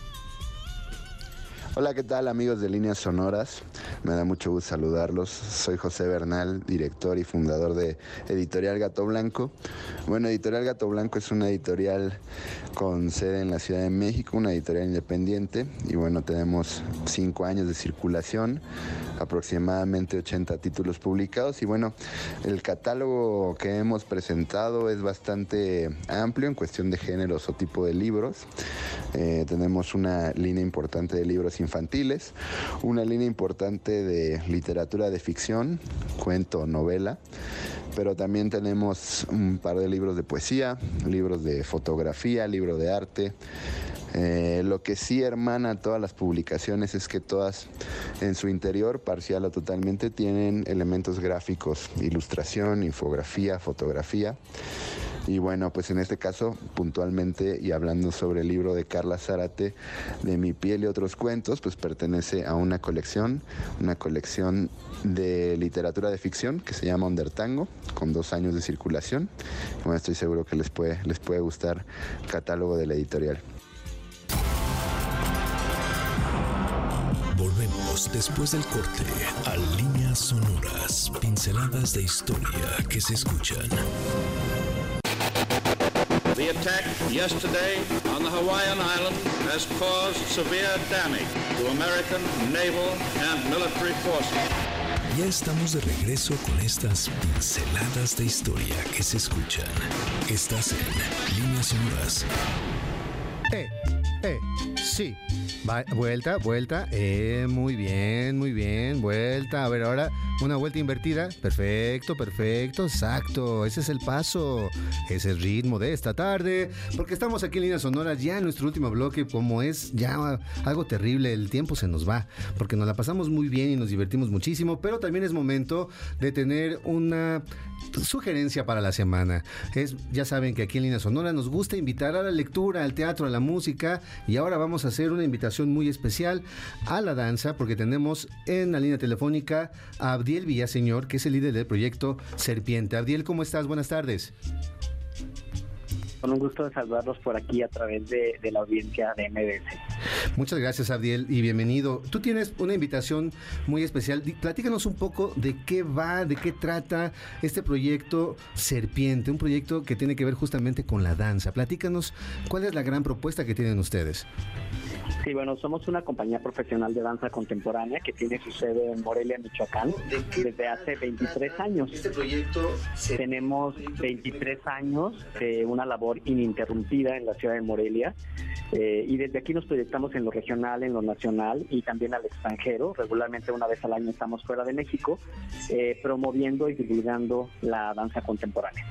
Hola, ¿qué tal, amigos de Líneas Sonoras? Me da mucho gusto saludarlos. Soy José Bernal, director y fundador de Editorial Gato Blanco. Bueno, Editorial Gato Blanco es una editorial con sede en la Ciudad de México, una editorial independiente. Y bueno, tenemos 5 años de circulación, aproximadamente 80 títulos publicados. Y bueno, el catálogo que hemos presentado es bastante amplio en cuestión de géneros o tipo de libros. Tenemos una línea importante de libros infantiles, una línea importante de literatura de ficción, cuento, novela, pero también tenemos un par de libros de poesía, libros de fotografía, libro de arte. Lo que sí hermana todas las publicaciones es que todas en su interior, parcial o totalmente, tienen elementos gráficos, ilustración, infografía, fotografía. Y bueno, pues en este caso, puntualmente, y hablando sobre el libro de Carla Zárate, de Mi piel y otros cuentos, pues pertenece a una colección de literatura de ficción que se llama Undertango, con 2 años de circulación. Y bueno, estoy seguro que les puede gustar el catálogo de la editorial. Volvemos después del corte a Líneas Sonoras, pinceladas de historia que se escuchan. The attack yesterday on the Hawaiian Island has caused severe damage to American naval and military forces. Ya estamos de regreso con estas pinceladas de historia que se escuchan. Estás en Líneas Sonoras. Sí. Vuelta. Muy bien. Vuelta. A ver, ahora una vuelta invertida. Perfecto. Exacto. Ese es el paso. Es el ritmo de esta tarde. Porque estamos aquí en Líneas Sonoras, ya en nuestro último bloque. Como es ya algo terrible, el tiempo se nos va. Porque nos la pasamos muy bien y nos divertimos muchísimo. Pero también es momento de tener una sugerencia para la semana. Ya saben que aquí en Líneas Sonoras nos gusta invitar a la lectura, al teatro, a la música. Y ahora vamos a hacer una invitación muy especial a la danza, porque tenemos en la línea telefónica a Abdiel Villaseñor, que es el líder del proyecto Serpiente. Abdiel, ¿cómo estás? Buenas tardes. Con un gusto de saludarlos por aquí a través de la audiencia de MBS. Muchas gracias, Abdiel, y bienvenido. Tú tienes una invitación muy especial. Platícanos un poco de qué va, de qué trata este proyecto Serpiente, un proyecto que tiene que ver justamente con la danza. Platícanos cuál es la gran propuesta que tienen ustedes. Sí, bueno, somos una compañía profesional de danza contemporánea que tiene su sede en Morelia, Michoacán, desde hace 23 años. Este proyecto tenemos 23 años de una labor ininterrumpida en la ciudad de Morelia, y desde aquí nos proyectamos en lo regional, en lo nacional y también al extranjero. Regularmente una vez al año estamos fuera de México, promoviendo y divulgando la danza contemporánea.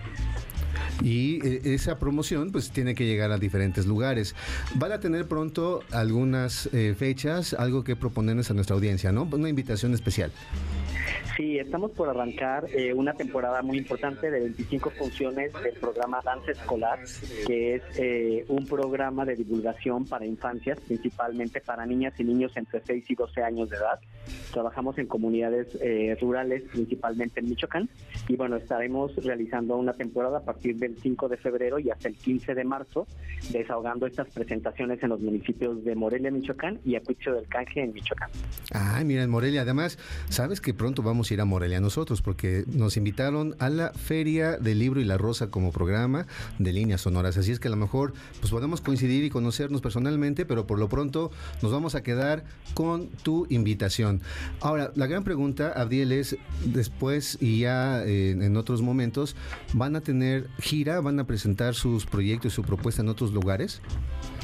Y esa promoción pues tiene que llegar a diferentes lugares. Van a tener pronto algunas fechas, algo que proponerles a nuestra audiencia, ¿no? Una invitación especial. Sí, estamos por arrancar una temporada muy importante de 25 funciones del programa Danza Escolar, que es un programa de divulgación para infancias, principalmente para niñas y niños entre 6 y 12 años de edad. Trabajamos en comunidades rurales, principalmente en Michoacán, y bueno, estaremos realizando una temporada a partir del 5 de febrero y hasta el 15 de marzo, desahogando estas presentaciones en los municipios de Morelia, Michoacán, y Acuixo del Canje, en Michoacán. Ay, mira, en Morelia. Además, sabes que pronto vamos a ir a Morelia nosotros, porque nos invitaron a la Feria del Libro y la Rosa como programa de Líneas Sonoras. Así es que a lo mejor pues podemos coincidir y conocernos personalmente, pero por lo pronto nos vamos a quedar con tu invitación. Ahora, la gran pregunta, Abdiel, es después y ya en otros momentos, ¿van a tener gira? ¿Van a presentar sus proyectos y su propuesta en otros lugares?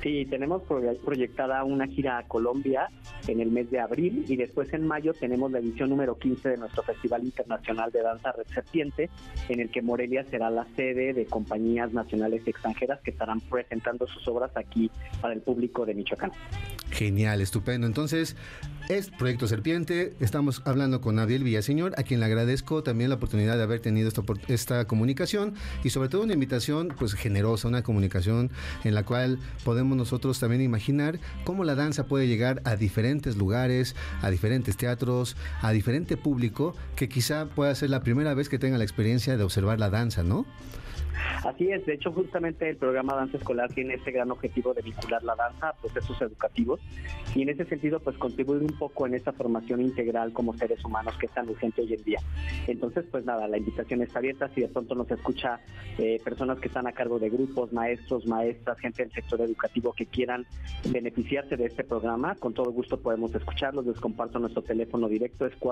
Sí, tenemos proyectada una gira a Colombia en el mes de abril y después en mayo tenemos la edición número 15 de nuestro Festival Internacional de Danza Red Serpiente, en el que Morelia será la sede de compañías nacionales y extranjeras que estarán presentando sus obras aquí para el público de Michoacán. Genial, estupendo. Entonces, es Proyecto Serpiente. Estamos hablando con Abdiel Villaseñor, a quien le agradezco también la oportunidad de haber tenido esta comunicación y sobre todo una invitación pues generosa, una comunicación en la cual podemos nosotros también imaginar cómo la danza puede llegar a diferentes lugares, a diferentes teatros, a diferente público que quizá pueda ser la primera vez que tenga la experiencia de observar la danza, ¿no? Así es, de hecho justamente el programa Danza Escolar tiene este gran objetivo de vincular la danza a procesos educativos y en ese sentido pues contribuir un poco en esta formación integral como seres humanos que es tan urgente hoy en día. Entonces pues nada, la invitación está abierta, si de pronto nos escucha personas que están a cargo de grupos, maestros, maestras, gente del sector educativo que quieran beneficiarse de este programa, con todo gusto podemos escucharlos. Les comparto nuestro teléfono directo, es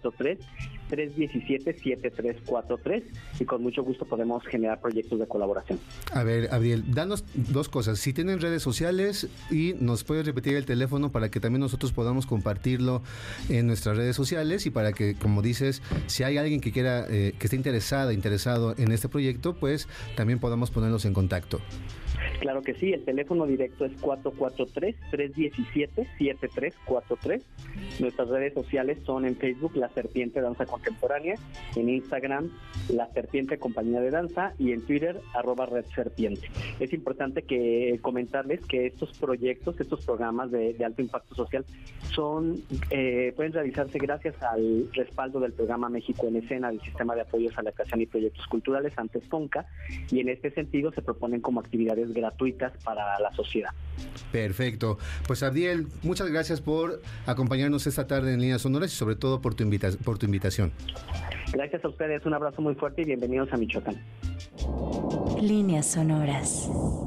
443-317-7343 y con mucho gusto podemos generar proyectos de colaboración. A ver, Abdiel, danos dos cosas. Si tienen redes sociales y nos puedes repetir el teléfono para que también nosotros podamos compartirlo en nuestras redes sociales y para que, como dices, si hay alguien que quiera, que esté interesado en este proyecto, pues también podamos ponerlos en contacto. Claro que sí, el teléfono directo es 443-317-7343. Nuestras redes sociales son en Facebook La Serpiente Danza Contemporánea, en Instagram La Serpiente Compañía de Danza y en Twitter @Red Serpiente. Es importante que comentarles que estos proyectos, estos programas de alto impacto social pueden realizarse gracias al respaldo del programa México en Escena del Sistema de Apoyos a la Creación y Proyectos Culturales, antes FONCA, y en este sentido se proponen como actividades gratuitas para la sociedad. Perfecto. Pues Abdiel, muchas gracias por acompañarnos esta tarde en Líneas Sonoras y sobre todo por tu invitación. Gracias a ustedes, un abrazo muy fuerte y bienvenidos a Michoacán. Líneas Sonoras.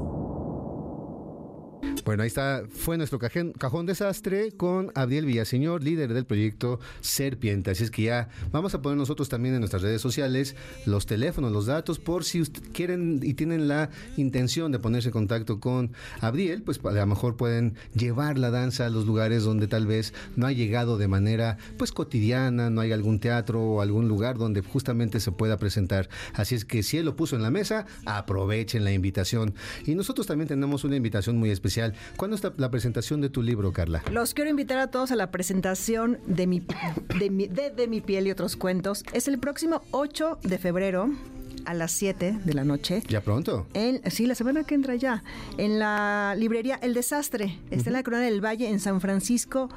Bueno, ahí está, fue nuestro cajón desastre con Abdiel Villaseñor, líder del proyecto Serpiente. Así es que ya vamos a poner nosotros también en nuestras redes sociales los teléfonos, los datos, por si quieren y tienen la intención de ponerse en contacto con Abdiel, pues a lo mejor pueden llevar la danza a los lugares donde tal vez no ha llegado de manera pues cotidiana, no hay algún teatro o algún lugar donde justamente se pueda presentar. Así es que si él lo puso en la mesa, aprovechen la invitación. Y nosotros también tenemos una invitación muy especial. ¿Cuándo está la presentación de tu libro, Carla? Los quiero invitar a todos a la presentación de mi piel y otros cuentos. Es el próximo 8 de febrero a las 7 de la noche. ¿Ya pronto? Sí, la semana que entra ya. En la librería El Desastre. Está en la Corona del Valle, en San Francisco,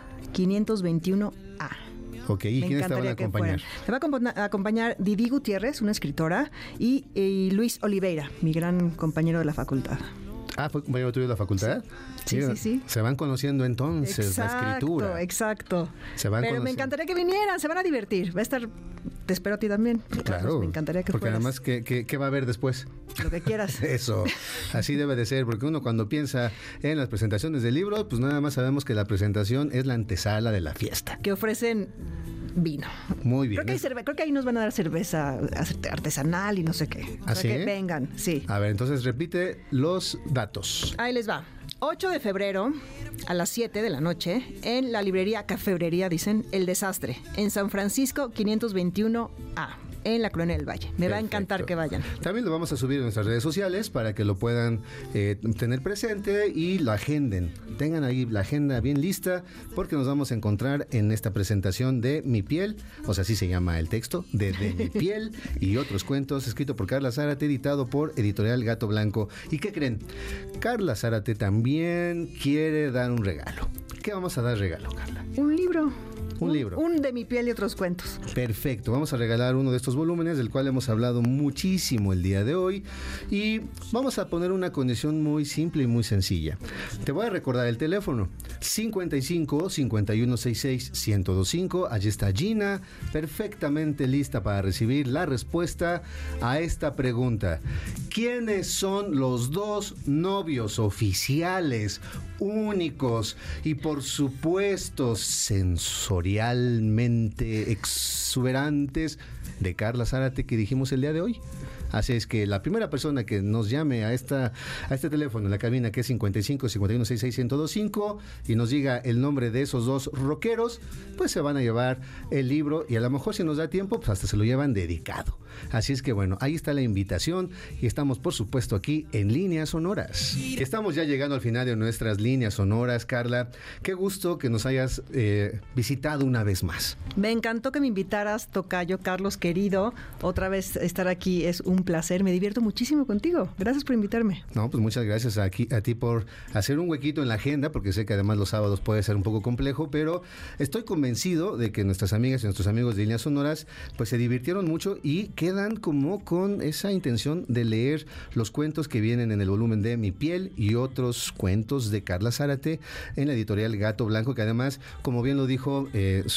521A. Ok, ¿y quiénes te van a acompañar? Me va a acompañar Didi Gutiérrez, una escritora, y Luis Oliveira, mi gran compañero de la facultad. Ah, ¿fue compañero tuyo de la facultad? Sí, sí. Se van conociendo entonces la escritura. Exacto. Pero me encantaría que vinieran, se van a divertir. Va a estar, te espero a ti también. Claro. Me encantaría que porque fueras. Porque además, ¿qué va a haber después? Lo que quieras. Eso, así debe de ser, porque uno cuando piensa en las presentaciones del libro, pues nada más sabemos que la presentación es la antesala de la fiesta. Que ofrecen vino. Muy bien. Creo que ahí nos van a dar cerveza artesanal y no sé qué. ¿Ah, sí? Que vengan, sí. A ver, entonces repite los datos. Ahí les va. 8 de febrero a las 7 de la noche en la librería Cafebrería, dicen, El Desastre, en San Francisco 521A. En la Colonia del Valle. Me Perfecto. Va a encantar que vayan. También lo vamos a subir en nuestras redes sociales para que lo puedan tener presente y lo agenden. Tengan ahí la agenda bien lista porque nos vamos a encontrar en esta presentación de Mi Piel, o sea, así se llama el texto, de Mi Piel y otros cuentos, escrito por Carla Zárate, editado por Editorial Gato Blanco. ¿Y qué creen? Carla Zárate también quiere dar un regalo. ¿Qué vamos a dar regalo, Carla? Un libro. Un libro. Un de Mi Piel y otros cuentos. Perfecto, vamos a regalar uno de estos volúmenes del cual hemos hablado muchísimo el día de hoy y vamos a poner una condición muy simple y muy sencilla. Te voy a recordar el teléfono 55 5166 1025. Allí está Gina, perfectamente lista para recibir la respuesta a esta pregunta. ¿Quiénes son los dos novios oficiales, únicos y por supuesto sensorialmente exuberantes de Carla Zárate que dijimos el día de hoy? Así es que la primera persona que nos llame a este teléfono en la cabina, que es 55 51 66 1025, y nos diga el nombre de esos dos rockeros, pues se van a llevar el libro, y a lo mejor si nos da tiempo, pues hasta se lo llevan dedicado. Así es que bueno, ahí está la invitación, y estamos por supuesto aquí en Líneas Sonoras. Estamos ya llegando al final de nuestras Líneas Sonoras. Carla, qué gusto que nos hayas visitado una vez más. Me encantó que me invitaras, tocayo Carlos querido. Otra vez estar aquí es un placer, me divierto muchísimo contigo. Gracias por invitarme. No, pues muchas gracias a ti por hacer un huequito en la agenda, porque sé que además los sábados puede ser un poco complejo, pero estoy convencido de que nuestras amigas y nuestros amigos de Líneas Sonoras pues se divirtieron mucho y quedan como con esa intención de leer los cuentos que vienen en el volumen de Mi Piel y otros cuentos de Carla Zárate en la editorial Gato Blanco, que además, como bien lo dijo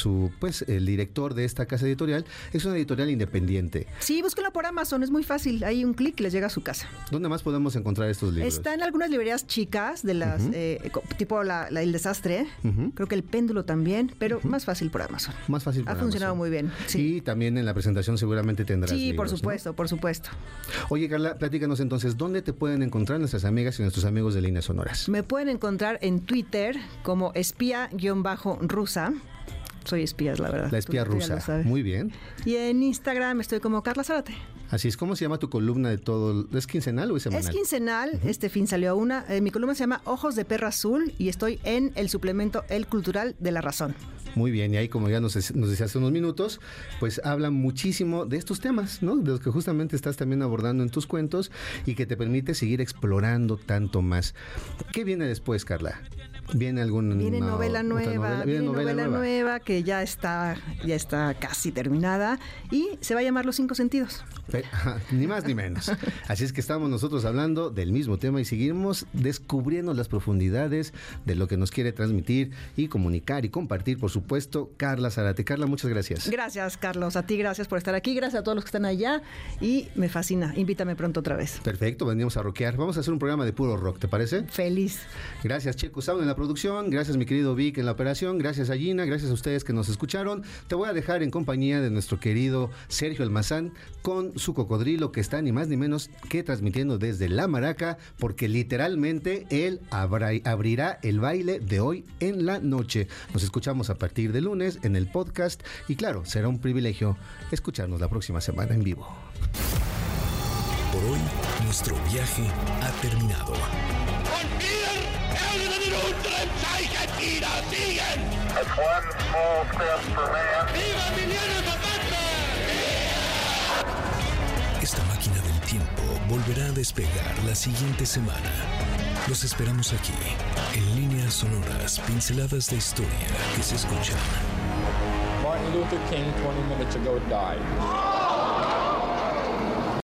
el director de esta casa editorial, es una editorial independiente. Sí, búsquenlo por Amazon, es muy fácil, hay un clic y les llega a su casa. ¿Dónde más podemos encontrar estos libros? Está en algunas librerías chicas de las tipo El Desastre, creo que El Péndulo también, pero más fácil por Amazon. Más fácil por Amazon. Ha funcionado muy bien. Sí. Y también en la presentación seguramente tendrás libros, por supuesto, ¿no? Por supuesto. Oye, Carla, platícanos entonces, ¿dónde te pueden encontrar nuestras amigas y nuestros amigos de Líneas Sonoras? Me pueden encontrar en Twitter como espía-rusa. Soy espía, la verdad. La espía rusa. Muy bien. Y en Instagram estoy como Carla Zárate. Así es. ¿Cómo se llama tu columna de todo? ¿Es quincenal o es semanal? Es quincenal. Este fin salió una. Mi columna se llama Ojos de Perra Azul y estoy en el suplemento El Cultural de La Razón. Muy bien, y ahí como ya nos decía hace unos minutos, pues hablan muchísimo de estos temas, ¿no? De los que justamente estás también abordando en tus cuentos y que te permite seguir explorando tanto más. ¿Qué viene después, Carla? ¿Viene novela nueva? Viene novela nueva que ya está casi terminada y se va a llamar Los Cinco Sentidos. Ni más ni menos. Así es que estamos nosotros hablando del mismo tema y seguimos descubriendo las profundidades de lo que nos quiere transmitir y comunicar y compartir, por supuesto, Carla Zárate. Carla, muchas gracias. Gracias, Carlos. A ti gracias por estar aquí. Gracias a todos los que están allá y me fascina. Invítame pronto otra vez. Perfecto, venimos a rockear. Vamos a hacer un programa de puro rock, ¿te parece? Feliz. Gracias, Checo Sound en la producción. Gracias, mi querido Vic en la operación. Gracias a Gina. Gracias a ustedes que nos escucharon. Te voy a dejar en compañía de nuestro querido Sergio Almazán con su cocodrilo, que está ni más ni menos que transmitiendo desde La Maraca, porque literalmente él abrirá el baile de hoy en la noche. Nos escuchamos a partir de lunes en el podcast y claro, será un privilegio escucharnos la próxima semana en vivo. Por hoy, nuestro viaje ha terminado. Esta máquina del tiempo volverá a despegar la siguiente semana. Los esperamos aquí, en Líneas Sonoras, pinceladas de historia que se escuchan. Martin Luther King 20 minutes ago died.